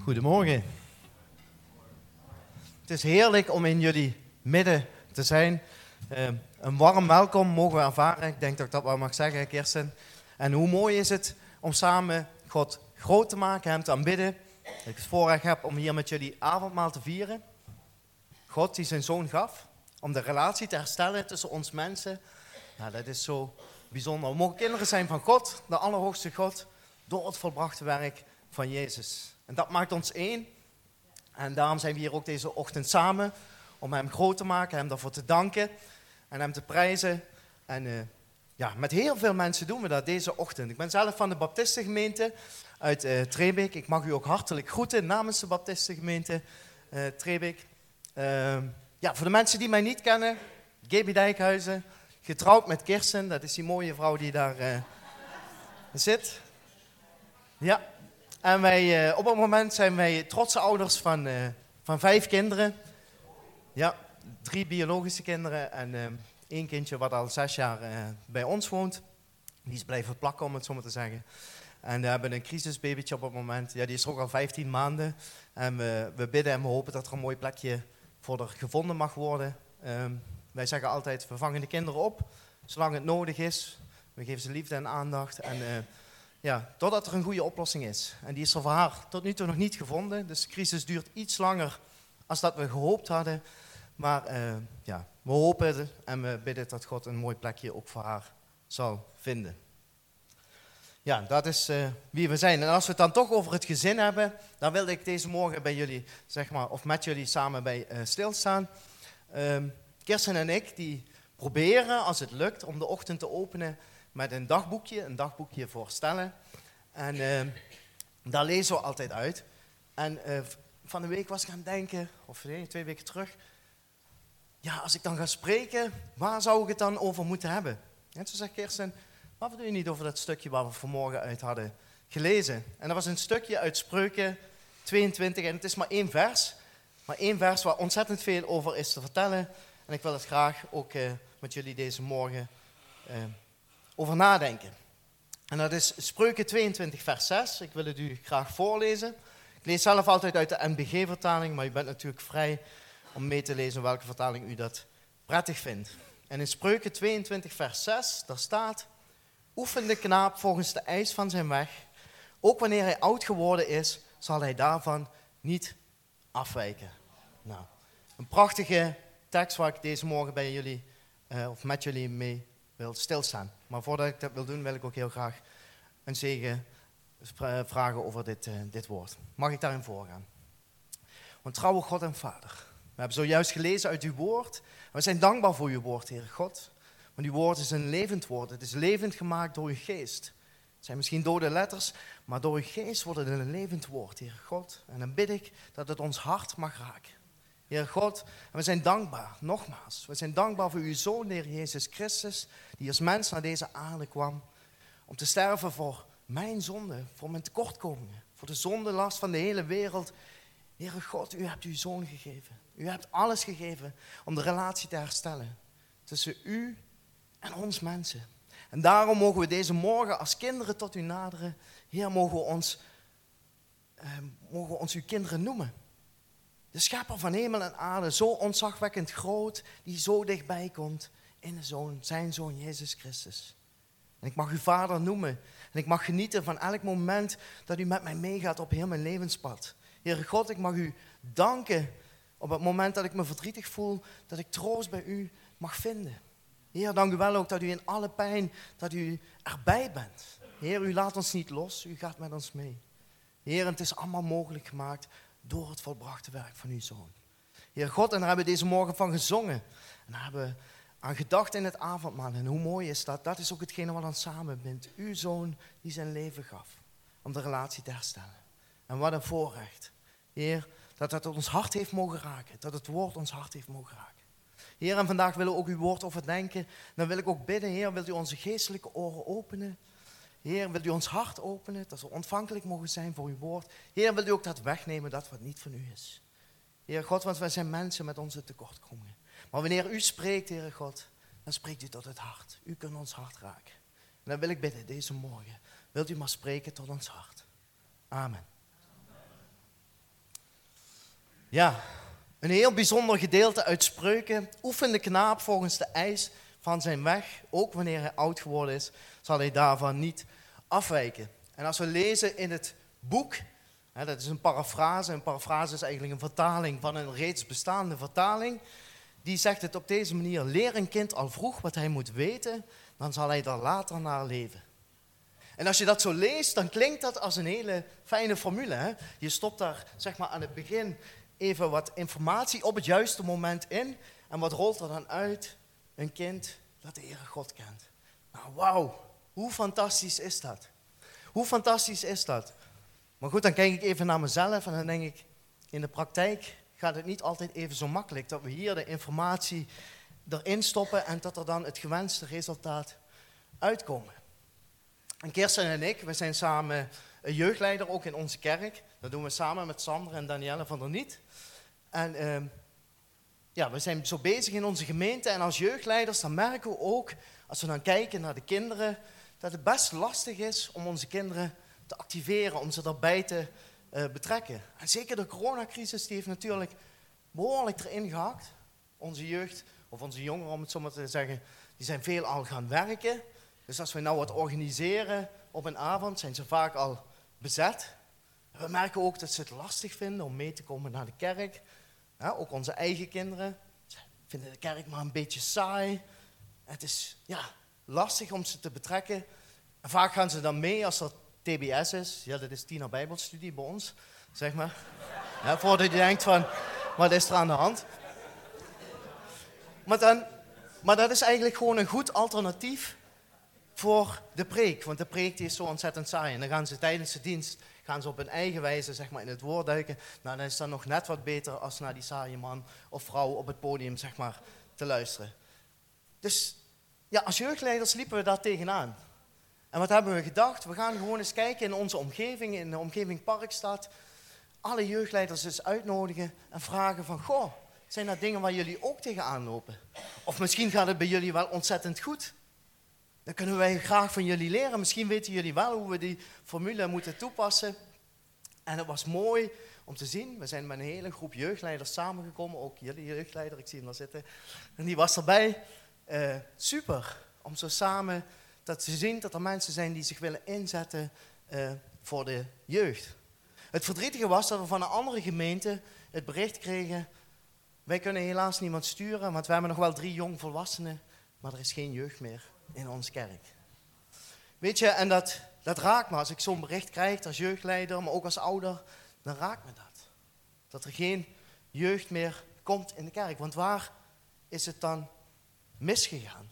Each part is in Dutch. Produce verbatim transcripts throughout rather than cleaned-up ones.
Goedemorgen. Het is heerlijk om in jullie midden te zijn. Uh, een warm welkom mogen we ervaren. Ik denk dat ik dat wel mag zeggen, Kirsten. En hoe mooi is het om samen God groot te maken, hem te aanbidden. Dat ik het voorrecht heb om hier met jullie avondmaal te vieren. God die zijn zoon gaf om de relatie te herstellen tussen ons mensen. Nou, dat is zo bijzonder. We mogen kinderen zijn van God, de Allerhoogste God, door het volbrachte werk van Jezus. En dat maakt ons één. En daarom zijn we hier ook deze ochtend samen om hem groot te maken, hem daarvoor te danken en hem te prijzen. En uh, ja, met heel veel mensen doen we dat deze ochtend. Ik ben zelf van de Baptistengemeente uit uh, Trebeek. Ik mag u ook hartelijk groeten namens de Baptistengemeente uh, Trebeek. Uh, ja, voor de mensen die mij niet kennen, Gaby Dijkhuizen, getrouwd met Kirsten. Dat is die mooie vrouw die daar uh, zit. Ja. En wij, uh, op het moment zijn wij trotse ouders van, uh, van vijf kinderen. Ja, drie biologische kinderen en uh, één kindje wat al zes jaar uh, bij ons woont. Die is blijven plakken, om het zo maar te zeggen. En we hebben een crisisbabytje op het moment. Ja, die is er ook al vijftien maanden. En we, we bidden en we hopen dat er een mooi plekje voor haar gevonden mag worden. Um, wij zeggen altijd, we vangen de kinderen op, zolang het nodig is. We geven ze liefde en aandacht. En... Uh, Ja, totdat er een goede oplossing is. En die is er voor haar tot nu toe nog niet gevonden. Dus de crisis duurt iets langer dan dat we gehoopt hadden. Maar uh, ja, we hopen en we bidden dat God een mooi plekje ook voor haar zal vinden. Ja, dat is uh, wie we zijn. En als we het dan toch over het gezin hebben, dan wilde ik deze morgen bij jullie, zeg maar, of met jullie samen bij uh, stilstaan. Um, Kirsten en ik, die proberen, als het lukt, om de ochtend te openen met een dagboekje, een dagboekje voor stellen. En uh, daar lezen we altijd uit. En uh, van de week was ik aan het denken, of nee, twee weken terug. Ja, als ik dan ga spreken, waar zou ik het dan over moeten hebben? En toen zei Kirsten, waarom doe je niet over dat stukje waar we vanmorgen uit hadden gelezen? En dat was een stukje uit Spreuken tweeëntwintig. En het is maar één vers. Maar één vers waar ontzettend veel over is te vertellen. En ik wil het graag ook uh, met jullie deze morgen uh, over nadenken. En dat is Spreuken tweeëntwintig vers zes. Ik wil het u graag voorlezen. Ik lees zelf altijd uit de N B G-vertaling, maar u bent natuurlijk vrij om mee te lezen welke vertaling u dat prettig vindt. En in Spreuken tweeëntwintig vers zes, daar staat: oefen de knaap volgens de eis van zijn weg. Ook wanneer hij oud geworden is, zal hij daarvan niet afwijken. Nou, een prachtige tekst waar ik deze morgen bij jullie, uh, of met jullie mee wil stilstaan. Maar voordat ik dat wil doen, wil ik ook heel graag een zegen vragen over dit, uh, dit woord. Mag ik daarin voorgaan? Want trouwe God en Vader, we hebben zojuist gelezen uit uw woord. We zijn dankbaar voor uw woord, Heer God. Want uw woord is een levend woord. Het is levend gemaakt door uw geest. Het zijn misschien dode letters, maar door uw geest wordt het een levend woord, Heer God. En dan bid ik dat het ons hart mag raken. Heer God, en we zijn dankbaar, nogmaals, we zijn dankbaar voor uw Zoon, de Heer Jezus Christus, die als mens naar deze aarde kwam, om te sterven voor mijn zonde, voor mijn tekortkomingen, voor de zondelast van de hele wereld. Heere God, u hebt uw Zoon gegeven. U hebt alles gegeven om de relatie te herstellen tussen u en ons mensen. En daarom mogen we deze morgen als kinderen tot u naderen. Heer, mogen we ons, eh, mogen we ons uw kinderen noemen. De schepper van hemel en aarde, zo ontzagwekkend groot, die zo dichtbij komt in de Zoon, zijn Zoon Jezus Christus. En ik mag u Vader noemen en ik mag genieten van elk moment dat u met mij meegaat op heel mijn levenspad. Heere God, ik mag u danken op het moment dat ik me verdrietig voel, dat ik troost bij u mag vinden. Heer, dank u wel ook dat u in alle pijn, dat u erbij bent. Heer, u laat ons niet los, u gaat met ons mee. Heer, het is allemaal mogelijk gemaakt door het volbrachte werk van uw Zoon. Heer God, en daar hebben we deze morgen van gezongen. En daar hebben we aan gedacht in het avondmaal. En hoe mooi is dat? Dat is ook hetgene wat ons samenbindt. Uw Zoon die zijn leven gaf om de relatie te herstellen. En wat een voorrecht. Heer, dat het ons hart heeft mogen raken. Dat het woord ons hart heeft mogen raken. Heer, en vandaag willen we ook uw woord overdenken. Dan wil ik ook bidden, Heer, wilt u onze geestelijke oren openen? Heer, wilt u ons hart openen, dat we ontvankelijk mogen zijn voor uw woord? Heer, wilt u ook dat wegnemen, dat wat niet van u is? Heer God, want wij zijn mensen met onze tekortkomingen. Maar wanneer u spreekt, Heer God, dan spreekt u tot het hart. U kunt ons hart raken. En dan wil ik bidden, deze morgen, wilt u maar spreken tot ons hart. Amen. Ja, een heel bijzonder gedeelte uit Spreuken. Oefen de knaap volgens de eis van zijn weg. Ook wanneer hij oud geworden is, zal hij daarvan niet afwijken. En als we lezen in het boek, hè, dat is een parafrase. Een parafrase is eigenlijk een vertaling van een reeds bestaande vertaling. Die zegt het op deze manier: leer een kind al vroeg wat hij moet weten, dan zal hij daar later naar leven. En als je dat zo leest, dan klinkt dat als een hele fijne formule. Hè? Je stopt daar zeg maar aan het begin even wat informatie op het juiste moment in. En wat rolt er dan uit? Een kind dat de Heere God kent. Nou, wauw, hoe fantastisch is dat? Hoe fantastisch is dat? Maar goed, dan kijk ik even naar mezelf en dan denk ik, in de praktijk gaat het niet altijd even zo makkelijk. Dat we hier de informatie erin stoppen en dat er dan het gewenste resultaat uitkomt. En Kirsten en ik, we zijn samen een jeugdleider ook in onze kerk. Dat doen we samen met Sander en Danielle van der Niet. En uh, ja, we zijn zo bezig in onze gemeente. En als jeugdleiders dan merken we ook, als we dan kijken naar de kinderen, dat het best lastig is om onze kinderen te activeren, om ze daarbij te uh, betrekken. En zeker de coronacrisis, die heeft natuurlijk behoorlijk erin gehakt. Onze jeugd, of onze jongeren om het zo maar te zeggen, die zijn veel al gaan werken. Dus als we nou wat organiseren op een avond, zijn ze vaak al bezet. We merken ook dat ze het lastig vinden om mee te komen naar de kerk. Ja, ook onze eigen kinderen ze vinden de kerk maar een beetje saai. Het is ja, lastig om ze te betrekken. En vaak gaan ze dan mee als er T B S is. Ja, dat is Tina Bijbelstudie bij ons, zeg maar. Ja, voordat je denkt van, wat is er aan de hand? Maar, dan, maar dat is eigenlijk gewoon een goed alternatief voor de preek. Want de preek die is zo ontzettend saai. En dan gaan ze tijdens de dienst gaan ze op hun eigen wijze zeg maar, in het woord duiken. Nou, dan is dat nog net wat beter als naar die saaie man of vrouw op het podium zeg maar, te luisteren. Dus ja, als jeugdleiders liepen we daar tegenaan. En wat hebben we gedacht? We gaan gewoon eens kijken in onze omgeving, in de omgeving Parkstad. Alle jeugdleiders eens uitnodigen en vragen van, goh, zijn dat dingen waar jullie ook tegenaan lopen? Of misschien gaat het bij jullie wel ontzettend goed. Dan kunnen wij graag van jullie leren. Misschien weten jullie wel hoe we die formule moeten toepassen. En het was mooi om te zien. We zijn met een hele groep jeugdleiders samengekomen. Ook jullie jeugdleider, ik zie hem daar zitten. En die was erbij. Uh, super, om zo samen dat te zien dat er mensen zijn die zich willen inzetten uh, voor de jeugd. Het verdrietige was dat we van een andere gemeente het bericht kregen: wij kunnen helaas niemand sturen, want we hebben nog wel drie jongvolwassenen, maar er is geen jeugd meer in onze kerk. Weet je, en dat, dat raakt me. Als ik zo'n bericht krijg als jeugdleider, maar ook als ouder, dan raakt me dat. Dat er geen jeugd meer komt in de kerk. Want waar is het dan misgegaan?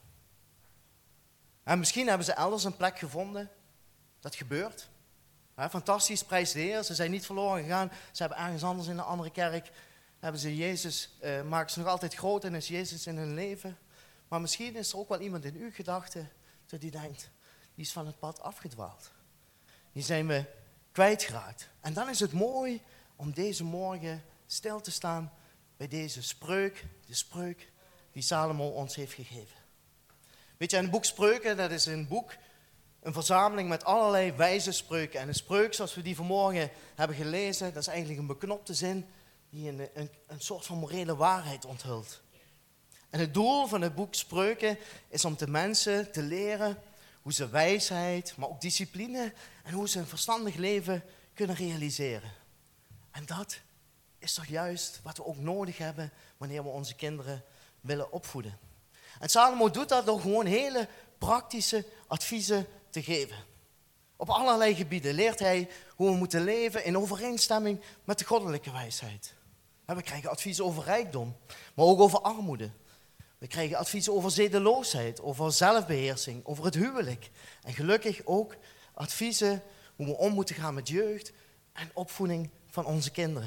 En misschien hebben ze elders een plek gevonden. Dat gebeurt. Ja, fantastisch, prijs de Heer. Ze zijn niet verloren gegaan. Ze hebben ergens anders in een andere kerk, hebben ze Jezus, uh, maken ze nog altijd groot en is Jezus in hun leven. Maar misschien is er ook wel iemand in uw gedachten dat die denkt, die is van het pad afgedwaald. Die zijn we kwijtgeraakt. En dan is het mooi om deze morgen stil te staan bij deze spreuk, de spreuk die Salomo ons heeft gegeven. Weet je, een boek Spreuken, dat is een boek, een verzameling met allerlei wijze spreuken. En een spreuk zoals we die vanmorgen hebben gelezen, dat is eigenlijk een beknopte zin die een, een, een soort van morele waarheid onthult. En het doel van het boek Spreuken is om de mensen te leren hoe ze wijsheid, maar ook discipline en hoe ze een verstandig leven kunnen realiseren. En dat is toch juist wat we ook nodig hebben wanneer we onze kinderen willen opvoeden. En Salomo doet dat door gewoon hele praktische adviezen te geven. Op allerlei gebieden leert hij hoe we moeten leven in overeenstemming met de goddelijke wijsheid. We krijgen adviezen over rijkdom, maar ook over armoede. We krijgen adviezen over zedeloosheid, over zelfbeheersing, over het huwelijk. En gelukkig ook adviezen hoe we om moeten gaan met jeugd en opvoeding van onze kinderen.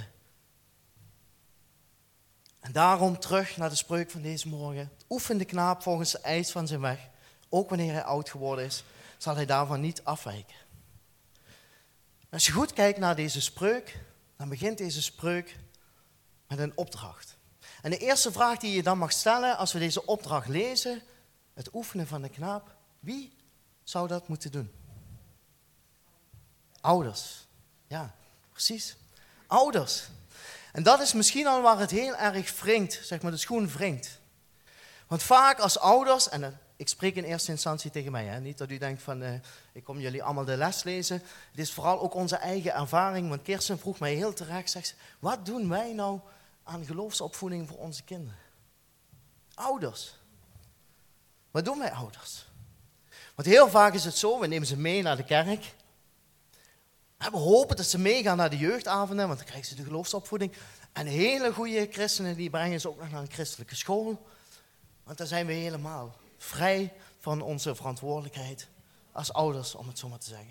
En daarom terug naar de spreuk van deze morgen. Oefen de knaap volgens de eis van zijn weg. Ook wanneer hij oud geworden is, zal hij daarvan niet afwijken. Als je goed kijkt naar deze spreuk, dan begint deze spreuk met een opdracht. En de eerste vraag die je dan mag stellen als we deze opdracht lezen, het oefenen van de knaap, wie zou dat moeten doen? Ouders. Ja, precies. Ouders. En dat is misschien al waar het heel erg wringt, zeg maar de schoen wringt. Want vaak als ouders, en uh, ik spreek in eerste instantie tegen mij, hè, niet dat u denkt van, uh, ik kom jullie allemaal de les lezen. Het is vooral ook onze eigen ervaring, want Kirsten vroeg mij heel terecht, zegt ze, wat doen wij nou aan geloofsopvoeding voor onze kinderen? Ouders. Wat doen wij ouders? Want heel vaak is het zo, we nemen ze mee naar de kerk. We hopen dat ze meegaan naar de jeugdavonden, want dan krijgen ze de geloofsopvoeding. En hele goede christenen, die brengen ze ook nog naar een christelijke school. Want dan zijn we helemaal vrij van onze verantwoordelijkheid als ouders, om het zo maar te zeggen.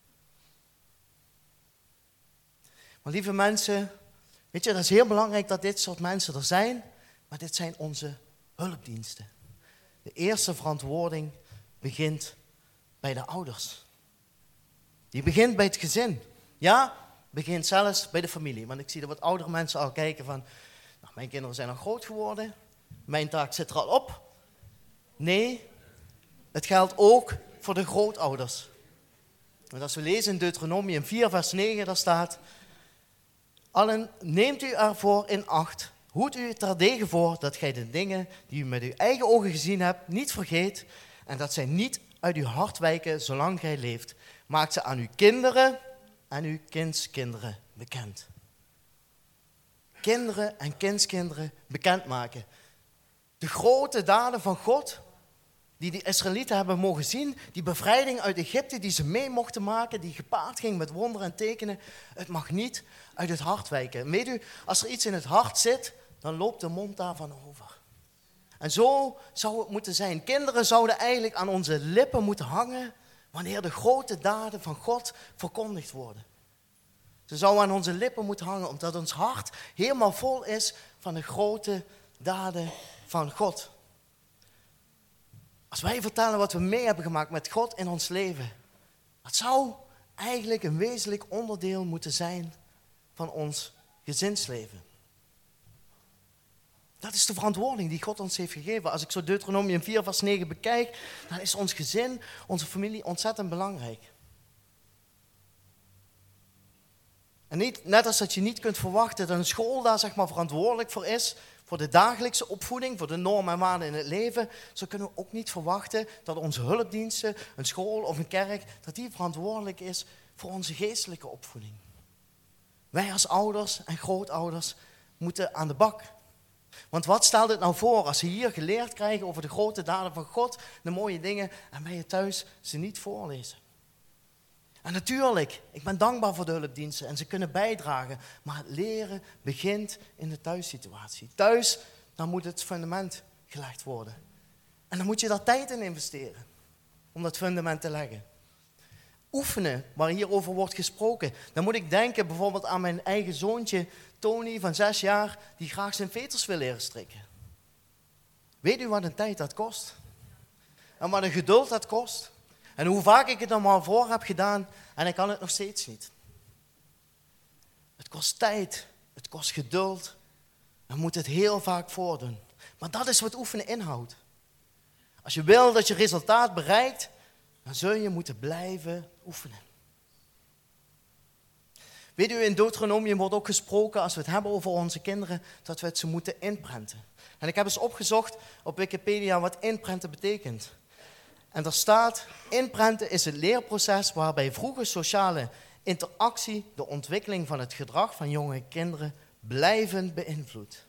Maar lieve mensen, weet je, dat is heel belangrijk dat dit soort mensen er zijn, maar dit zijn onze hulpdiensten. De eerste verantwoording begint bij de ouders. Die begint bij het gezin. Ja, begint zelfs bij de familie. Want ik zie dat wat oudere mensen al kijken van, nou, mijn kinderen zijn al groot geworden, mijn taak zit er al op. Nee, het geldt ook voor de grootouders. Want als we lezen in Deuteronomium vier vers negen, daar staat, allen neemt u ervoor in acht, hoed u terdege voor dat gij de dingen die u met uw eigen ogen gezien hebt niet vergeet en dat zij niet uit uw hart wijken zolang gij leeft. Maak ze aan uw kinderen en uw kindskinderen bekend. Kinderen en kindskinderen bekendmaken. De grote daden van God, die de Israëlieten hebben mogen zien, die bevrijding uit Egypte, die ze mee mochten maken, die gepaard ging met wonderen en tekenen, het mag niet uit het hart wijken. En weet u, als er iets in het hart zit, dan loopt de mond daarvan over. En zo zou het moeten zijn. Kinderen zouden eigenlijk aan onze lippen moeten hangen wanneer de grote daden van God verkondigd worden. Ze zouden aan onze lippen moeten hangen omdat ons hart helemaal vol is van de grote daden van God. Als wij vertellen wat we mee hebben gemaakt met God in ons leven, dat zou eigenlijk een wezenlijk onderdeel moeten zijn van ons gezinsleven. Dat is de verantwoording die God ons heeft gegeven. Als ik zo Deuteronomium vier vers negen bekijk, dan is ons gezin, onze familie ontzettend belangrijk. En niet, net als dat je niet kunt verwachten dat een school daar zeg maar verantwoordelijk voor is, voor de dagelijkse opvoeding, voor de normen en waarden in het leven, zo kunnen we ook niet verwachten dat onze hulpdiensten, een school of een kerk, dat die verantwoordelijk is voor onze geestelijke opvoeding. Wij als ouders en grootouders moeten aan de bak. Want wat stelt het nou voor als ze hier geleerd krijgen over de grote daden van God, de mooie dingen, en wij thuis ze niet voorlezen? En natuurlijk, ik ben dankbaar voor de hulpdiensten en ze kunnen bijdragen, maar het leren begint in de thuissituatie. Thuis, dan moet het fundament gelegd worden. En dan moet je daar tijd in investeren om dat fundament te leggen. Oefenen, waar hierover wordt gesproken. Dan moet ik denken bijvoorbeeld aan mijn eigen zoontje Tony van zes jaar, die graag zijn veters wil leren strikken. Weet u wat een tijd dat kost? En wat een geduld dat kost? En hoe vaak ik het er maar voor heb gedaan en ik kan het nog steeds niet. Het kost tijd, het kost geduld. We moeten het heel vaak voordoen. Maar dat is wat oefenen inhoudt. Als je wil dat je resultaat bereikt, dan zul je moeten blijven oefenen. Weet u, in Deuteronomium wordt ook gesproken, als we het hebben over onze kinderen, dat we het ze moeten inprenten. En ik heb eens opgezocht op Wikipedia wat inprenten betekent. En daar staat, inprenten is het leerproces waarbij vroege sociale interactie de ontwikkeling van het gedrag van jonge kinderen blijvend beïnvloedt.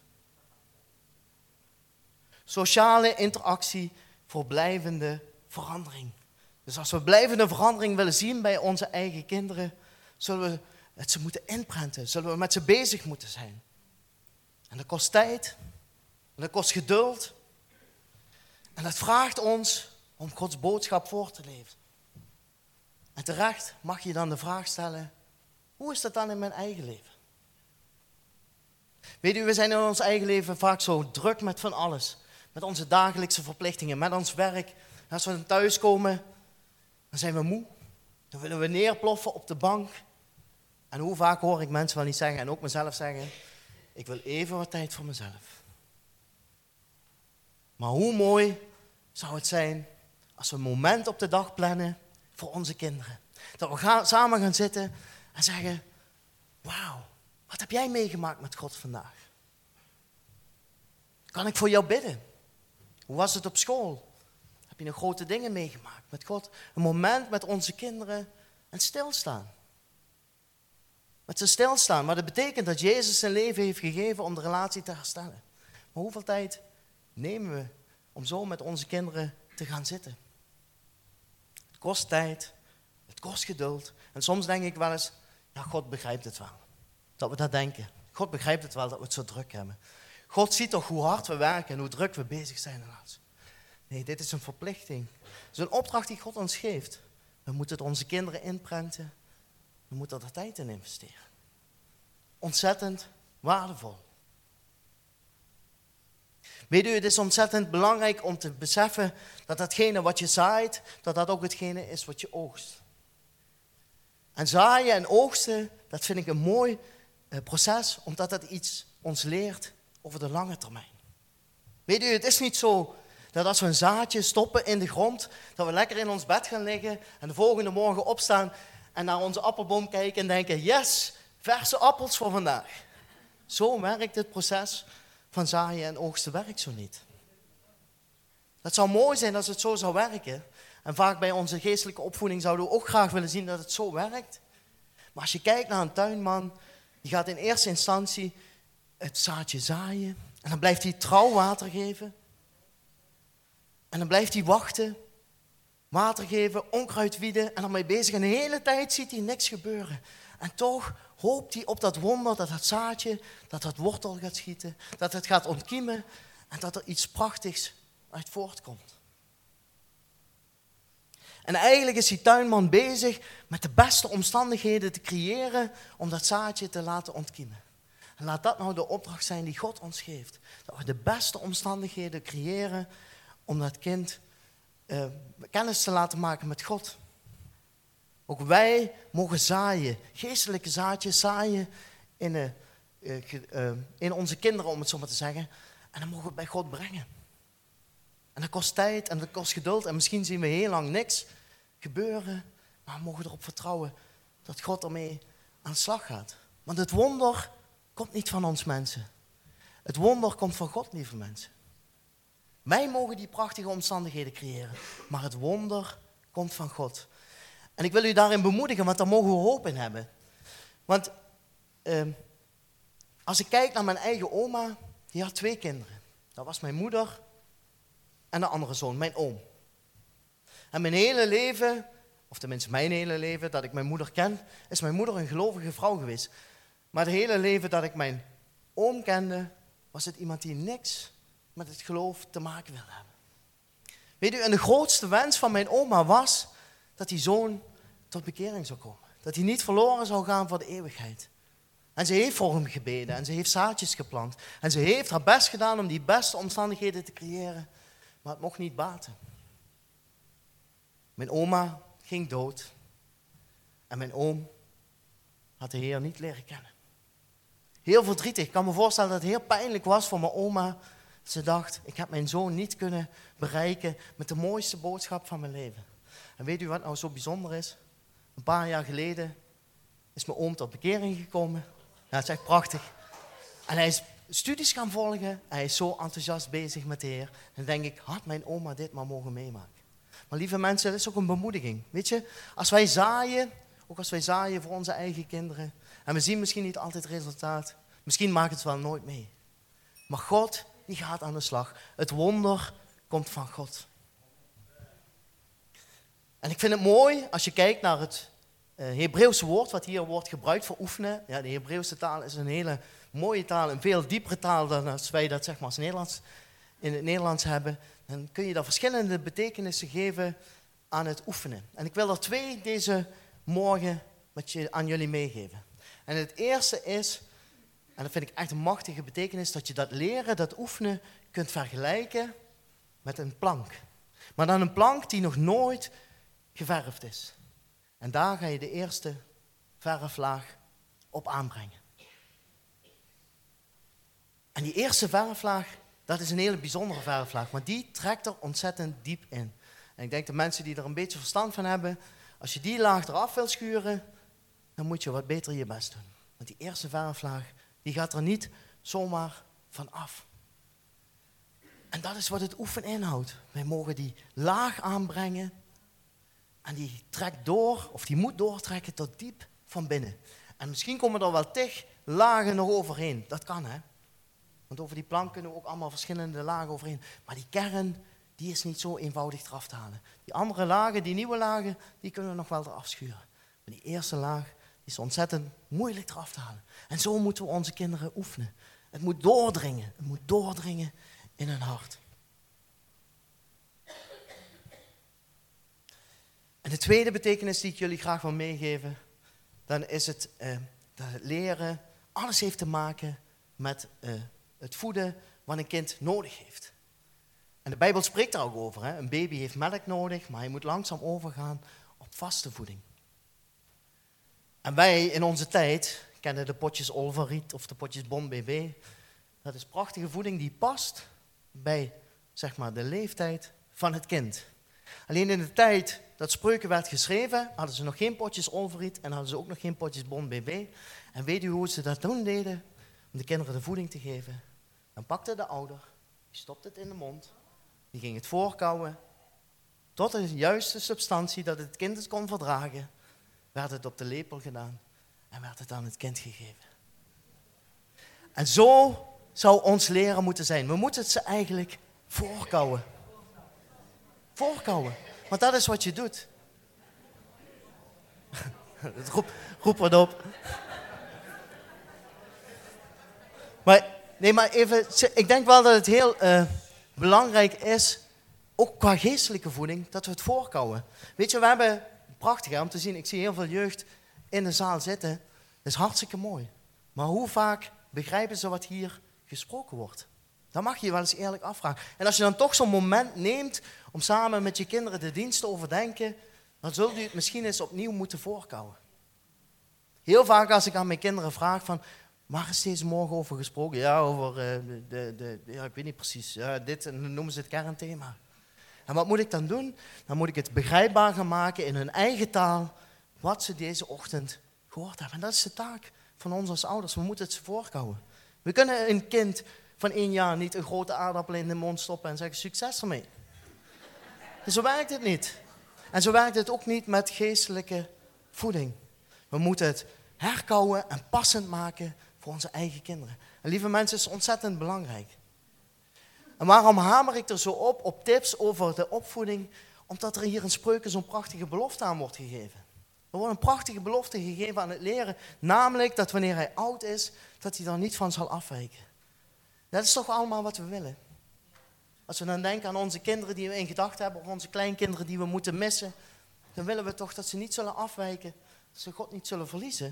Sociale interactie voor blijvende verandering. Dus als we blijvende verandering willen zien bij onze eigen kinderen, zullen we het ze moeten inprenten, zullen we met ze bezig moeten zijn. En dat kost tijd, en dat kost geduld, en dat vraagt ons om Gods boodschap voor te leven. En terecht mag je dan de vraag stellen, hoe is dat dan in mijn eigen leven? Weet u, we zijn in ons eigen leven vaak zo druk met van alles. Met onze dagelijkse verplichtingen, met ons werk. En als we dan thuiskomen, dan zijn we moe. Dan willen we neerploffen op de bank. En hoe vaak hoor ik mensen wel niet zeggen, en ook mezelf zeggen, ik wil even wat tijd voor mezelf. Maar hoe mooi zou het zijn als we een moment op de dag plannen voor onze kinderen. Dat we gaan, samen gaan zitten en zeggen, wauw, wat Wat heb jij meegemaakt met God vandaag? Kan ik voor jou bidden? Hoe was het op school? Heb je nog grote dingen meegemaakt met God? Een moment met onze kinderen en stilstaan. Met ze stilstaan. Maar dat betekent dat Jezus zijn leven heeft gegeven om de relatie te herstellen. Maar hoeveel tijd nemen we om zo met onze kinderen te gaan zitten? Het kost tijd. Het kost geduld. En soms denk ik wel eens, ja, God begrijpt het wel. Dat we dat denken. God begrijpt het wel dat we het zo druk hebben. God ziet toch hoe hard we werken en hoe druk we bezig zijn helaas. Nee, dit is een verplichting. Het is een opdracht die God ons geeft. We moeten het onze kinderen inprenten. We moeten er tijd in investeren. Ontzettend waardevol. Weet u, het is ontzettend belangrijk om te beseffen dat datgene wat je zaait, dat dat ook hetgene is wat je oogst. En zaaien en oogsten, dat vind ik een mooi eh, proces, omdat dat iets ons leert over de lange termijn. Weet u, het is niet zo dat als we een zaadje stoppen in de grond, dat we lekker in ons bed gaan liggen en de volgende morgen opstaan en naar onze appelboom kijken en denken, yes, verse appels voor vandaag. Zo werkt het proces van zaaien en oogsten werkt zo niet. Het zou mooi zijn als het zo zou werken. En vaak bij onze geestelijke opvoeding zouden we ook graag willen zien dat het zo werkt. Maar als je kijkt naar een tuinman, die gaat in eerste instantie het zaadje zaaien. En dan blijft hij trouw water geven. En dan blijft hij wachten, water geven, onkruid wieden en dan mee bezig. En de hele tijd ziet hij niks gebeuren. En toch hoopt hij op dat wonder, dat dat zaadje, dat dat wortel gaat schieten, dat het gaat ontkiemen en dat er iets prachtigs uit voortkomt. En eigenlijk is die tuinman bezig met de beste omstandigheden te creëren om dat zaadje te laten ontkiemen. En laat dat nou de opdracht zijn die God ons geeft. Dat we de beste omstandigheden creëren om dat kind uh, kennis te laten maken met God. Ook wij mogen zaaien, geestelijke zaadjes zaaien in, uh, uh, uh, in onze kinderen, om het zo maar te zeggen. En dan mogen we het bij God brengen. En dat kost tijd en dat kost geduld. En misschien zien we heel lang niks gebeuren. Maar we mogen erop vertrouwen dat God ermee aan de slag gaat. Want het wonder komt niet van ons mensen. Het wonder komt van God, lieve mensen. Wij mogen die prachtige omstandigheden creëren. Maar het wonder komt van God. En ik wil u daarin bemoedigen, want daar mogen we hoop in hebben. Want eh, als ik kijk naar mijn eigen oma, die had twee kinderen. Dat was mijn moeder en de andere zoon, mijn oom. En mijn hele leven, of tenminste mijn hele leven dat ik mijn moeder ken, is mijn moeder een gelovige vrouw geweest. Maar het hele leven dat ik mijn oom kende, was het iemand die niks met het geloof te maken wilde hebben. Weet u, en de grootste wens van mijn oma was dat die zoon tot bekering zou komen. Dat hij niet verloren zou gaan voor de eeuwigheid. En ze heeft voor hem gebeden en ze heeft zaadjes geplant. En ze heeft haar best gedaan om die beste omstandigheden te creëren. Maar het mocht niet baten. Mijn oma ging dood. En mijn oom had de Heer niet leren kennen. Heel verdrietig. Ik kan me voorstellen dat het heel pijnlijk was voor mijn oma. Ze dacht, ik heb mijn zoon niet kunnen bereiken met de mooiste boodschap van mijn leven. En weet u wat nou zo bijzonder is? Een paar jaar geleden is mijn oom tot bekering gekomen. Ja, dat is echt prachtig. En hij is studies gaan volgen. Hij is zo enthousiast bezig met de Heer. En dan denk ik, had mijn oma dit maar mogen meemaken. Maar lieve mensen, dat is ook een bemoediging. Weet je, als wij zaaien, ook als wij zaaien voor onze eigen kinderen. En we zien misschien niet altijd resultaat. Misschien maakt het wel nooit mee. Maar God, die gaat aan de slag. Het wonder komt van God. En ik vind het mooi als je kijkt naar het uh, Hebreeuwse woord wat hier wordt gebruikt voor oefenen. Ja, de Hebreeuwse taal is een hele mooie taal, een veel diepere taal dan als wij dat zeg maar als Nederlands, in het Nederlands hebben. Dan kun je daar verschillende betekenissen geven aan het oefenen. En ik wil er twee deze morgen met je, aan jullie meegeven. En het eerste is, en dat vind ik echt een machtige betekenis, dat je dat leren, dat oefenen kunt vergelijken met een plank. Maar dan een plank die nog nooit geverfd is. En daar ga je de eerste verflaag op aanbrengen. En die eerste verflaag, dat is een hele bijzondere verflaag, maar die trekt er ontzettend diep in. En ik denk de mensen die er een beetje verstand van hebben, als je die laag eraf wil schuren, dan moet je wat beter je best doen. Want die eerste verflaag, die gaat er niet zomaar van af. En dat is wat het oefenen inhoudt. Wij mogen die laag aanbrengen. En die trekt door, of die moet doortrekken tot diep van binnen. En misschien komen er wel tig lagen nog overheen. Dat kan, hè. Want over die plank kunnen we ook allemaal verschillende lagen overheen. Maar die kern, die is niet zo eenvoudig eraf te halen. Die andere lagen, die nieuwe lagen, die kunnen we nog wel eraf schuren. Maar die eerste laag, die is ontzettend moeilijk eraf te halen. En zo moeten we onze kinderen oefenen. Het moet doordringen. Het moet doordringen in hun hart. En de tweede betekenis die ik jullie graag wil meegeven, dan is het eh, dat het leren alles heeft te maken met eh, het voeden wat een kind nodig heeft. En de Bijbel spreekt daar ook over. Hè? Een baby heeft melk nodig, maar hij moet langzaam overgaan op vaste voeding. En wij in onze tijd kennen de potjes Olvariet of de potjes Bon B B. Dat is prachtige voeding die past bij, zeg maar, de leeftijd van het kind. Alleen in de tijd dat Spreuken werd geschreven, hadden ze nog geen potjes Olvariet en hadden ze ook nog geen potjes Bon B B. En weet u hoe ze dat toen deden? Om de kinderen de voeding te geven. Dan pakte de ouder, die stopte het in de mond, die ging het voorkauwen, tot de juiste substantie dat het kind het kon verdragen, werd het op de lepel gedaan en werd het aan het kind gegeven. En zo zou ons leren moeten zijn. We moeten het ze eigenlijk voorkauwen. Voorkauwen. Want dat is wat je doet. roep, roep wat op. Maar, nee, maar even, ik denk wel dat het heel uh, belangrijk is, ook qua geestelijke voeding, dat we het voorkauwen. Weet je, we hebben, prachtig hè, om te zien, ik zie heel veel jeugd in de zaal zitten. Dat is hartstikke mooi. Maar hoe vaak begrijpen ze wat hier gesproken wordt? Dat mag je je wel eens eerlijk afvragen. En als je dan toch zo'n moment neemt om samen met je kinderen de dienst te overdenken, dan zult u het misschien eens opnieuw moeten voorkouwen. Heel vaak als ik aan mijn kinderen vraag van, waar is deze morgen over gesproken? Ja, over uh, de, de, de, ja, ik weet niet precies, ja, dit, en dan noemen ze het kernthema. En wat moet ik dan doen? Dan moet ik het begrijpbaar gaan maken in hun eigen taal, wat ze deze ochtend gehoord hebben. En dat is de taak van ons als ouders, we moeten het ze voorkouwen. We kunnen een kind van één jaar niet een grote aardappel in de mond stoppen en zeggen succes ermee. En zo werkt het niet. En zo werkt het ook niet met geestelijke voeding. We moeten het herkauwen en passend maken voor onze eigen kinderen. En lieve mensen, het is ontzettend belangrijk. En waarom hamer ik er zo op, op tips over de opvoeding? Omdat er hier in Spreuken zo'n prachtige belofte aan wordt gegeven. Er wordt een prachtige belofte gegeven aan het leren. Namelijk dat wanneer hij oud is, dat hij daar niet van zal afwijken. Dat is toch allemaal wat we willen. Als we dan denken aan onze kinderen die we in gedachten hebben, of onze kleinkinderen die we moeten missen, dan willen we toch dat ze niet zullen afwijken, dat ze God niet zullen verliezen.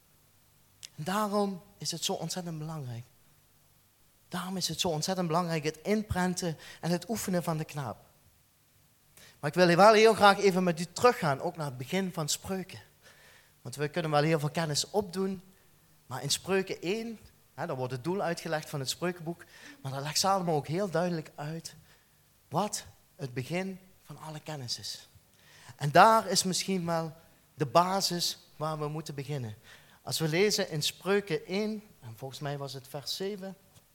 En daarom is het zo ontzettend belangrijk. Daarom is het zo ontzettend belangrijk, het inprenten en het oefenen van de knaap. Maar ik wil wel heel graag even met u teruggaan, ook naar het begin van Spreuken. Want we kunnen wel heel veel kennis opdoen, maar in Spreuken één, hè, daar wordt het doel uitgelegd van het Spreukenboek, maar daar legt Salomo ook heel duidelijk uit wat het begin van alle kennis is. En daar is misschien wel de basis waar we moeten beginnen. Als we lezen in Spreuken één, en volgens mij was het vers zeven,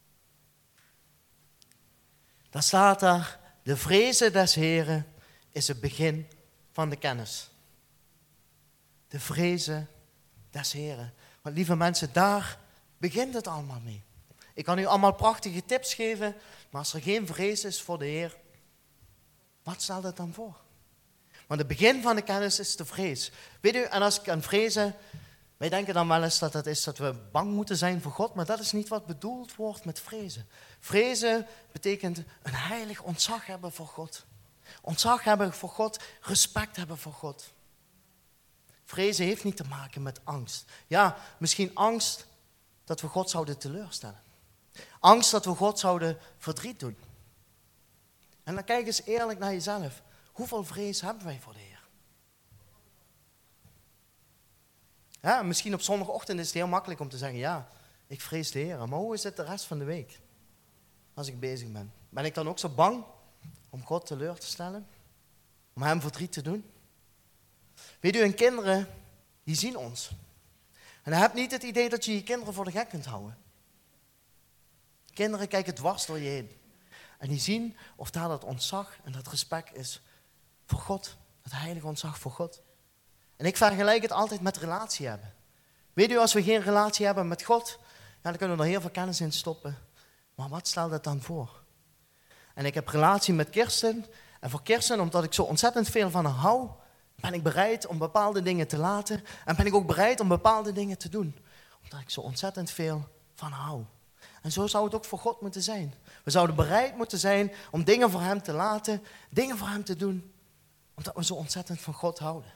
daar staat daar, de vreze des Heren is het begin van de kennis. De vreze des Heren. Want lieve mensen, daar begint het allemaal mee. Ik kan u allemaal prachtige tips geven, maar als er geen vrees is voor de Heer, wat stelt het dan voor? Want het begin van de kennis is de vrees. Weet u, en als ik aan vrezen, wij denken dan wel eens dat het is dat we bang moeten zijn voor God, maar dat is niet wat bedoeld wordt met vrezen. Vrezen betekent een heilig ontzag hebben voor God. Ontzag hebben voor God, respect hebben voor God. Vrezen heeft niet te maken met angst. Ja, misschien angst dat we God zouden teleurstellen. Angst dat we God zouden verdriet doen. En dan kijk eens eerlijk naar jezelf. Hoeveel vrees hebben wij voor de Heer? Ja, misschien op zondagochtend is het heel makkelijk om te zeggen, ja, ik vrees de Heer. Maar hoe is het de rest van de week? Als ik bezig ben. Ben ik dan ook zo bang om God teleur te stellen? Om hem verdriet te doen? Weet u, en kinderen, die zien ons. En heb niet het idee dat je je kinderen voor de gek kunt houden. Kinderen kijken dwars door je heen. En die zien of daar dat ontzag en dat respect is voor God. Dat heilige ontzag voor God. En ik vergelijk het altijd met relatie hebben. Weet u, als we geen relatie hebben met God, ja, dan kunnen we er heel veel kennis in stoppen. Maar wat stelt dat dan voor? En ik heb relatie met Kirsten. En voor Kirsten, omdat ik zo ontzettend veel van haar hou, ben ik bereid om bepaalde dingen te laten. En ben ik ook bereid om bepaalde dingen te doen. Omdat ik zo ontzettend veel van haar hou. En zo zou het ook voor God moeten zijn. We zouden bereid moeten zijn om dingen voor hem te laten, dingen voor hem te doen, omdat we zo ontzettend van God houden.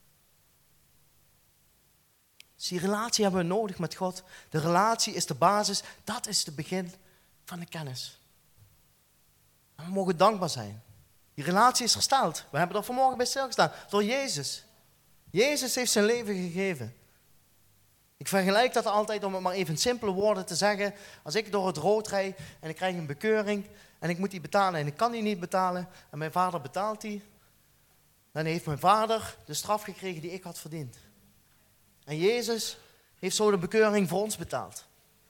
Dus die relatie hebben we nodig met God. De relatie is de basis, dat is het begin van de kennis. En we mogen dankbaar zijn. Die relatie is hersteld. We hebben er vanmorgen bij stilgestaan. Door Jezus. Jezus heeft zijn leven gegeven. Ik vergelijk dat altijd om het maar even in simpele woorden te zeggen. Als ik door het rood rijd en ik krijg een bekeuring en ik moet die betalen en ik kan die niet betalen en mijn vader betaalt die, dan heeft mijn vader de straf gekregen die ik had verdiend. En Jezus heeft zo de bekeuring voor ons betaald.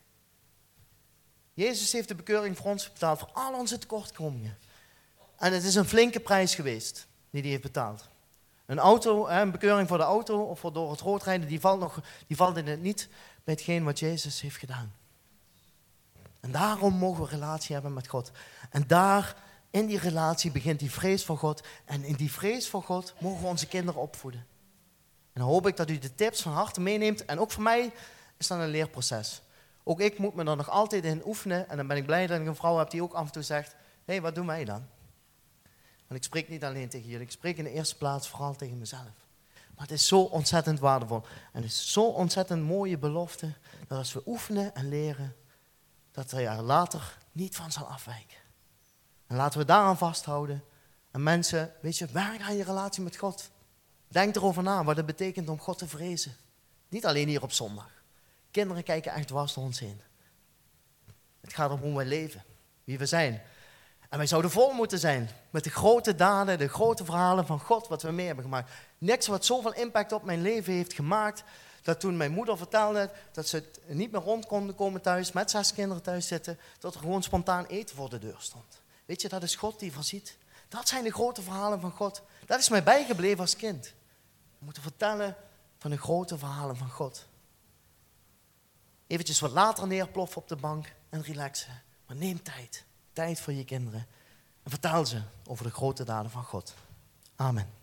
Jezus heeft de bekeuring voor ons betaald, voor al onze tekortkomingen. En het is een flinke prijs geweest die hij heeft betaald. Een auto, een bekeuring voor de auto of voor door het rood rijden, die valt, nog, die valt in het niet bij hetgeen wat Jezus heeft gedaan. En daarom mogen we relatie hebben met God. En daar, in die relatie, begint die vrees voor God. En in die vrees voor God mogen we onze kinderen opvoeden. En dan hoop ik dat u de tips van harte meeneemt. En ook voor mij is dat een leerproces. Ook ik moet me er nog altijd in oefenen. En dan ben ik blij dat ik een vrouw heb die ook af en toe zegt, hé, hey, wat doen wij dan? Want ik spreek niet alleen tegen jullie, ik spreek in de eerste plaats vooral tegen mezelf. Maar het is zo ontzettend waardevol. En het is zo ontzettend mooie belofte, dat als we oefenen en leren, dat er er later niet van zal afwijken. En laten we daaraan vasthouden. En mensen, weet je, werk aan je relatie met God. Denk erover na wat het betekent om God te vrezen. Niet alleen hier op zondag. Kinderen kijken echt dwars door ons heen. Het gaat om hoe wij leven, wie we zijn. En wij zouden vol moeten zijn met de grote daden, de grote verhalen van God wat we mee hebben gemaakt. Niks wat zoveel impact op mijn leven heeft gemaakt, dat toen mijn moeder vertelde dat ze het niet meer rond konden komen thuis, met zes kinderen thuis zitten, dat er gewoon spontaan eten voor de deur stond. Weet je, dat is God die voorziet. Dat zijn de grote verhalen van God. Dat is mij bijgebleven als kind. We moeten vertellen van de grote verhalen van God. Eventjes wat later neerploffen op de bank en relaxen. Maar neem tijd. Tijd voor je kinderen. En vertel ze over de grote daden van God. Amen.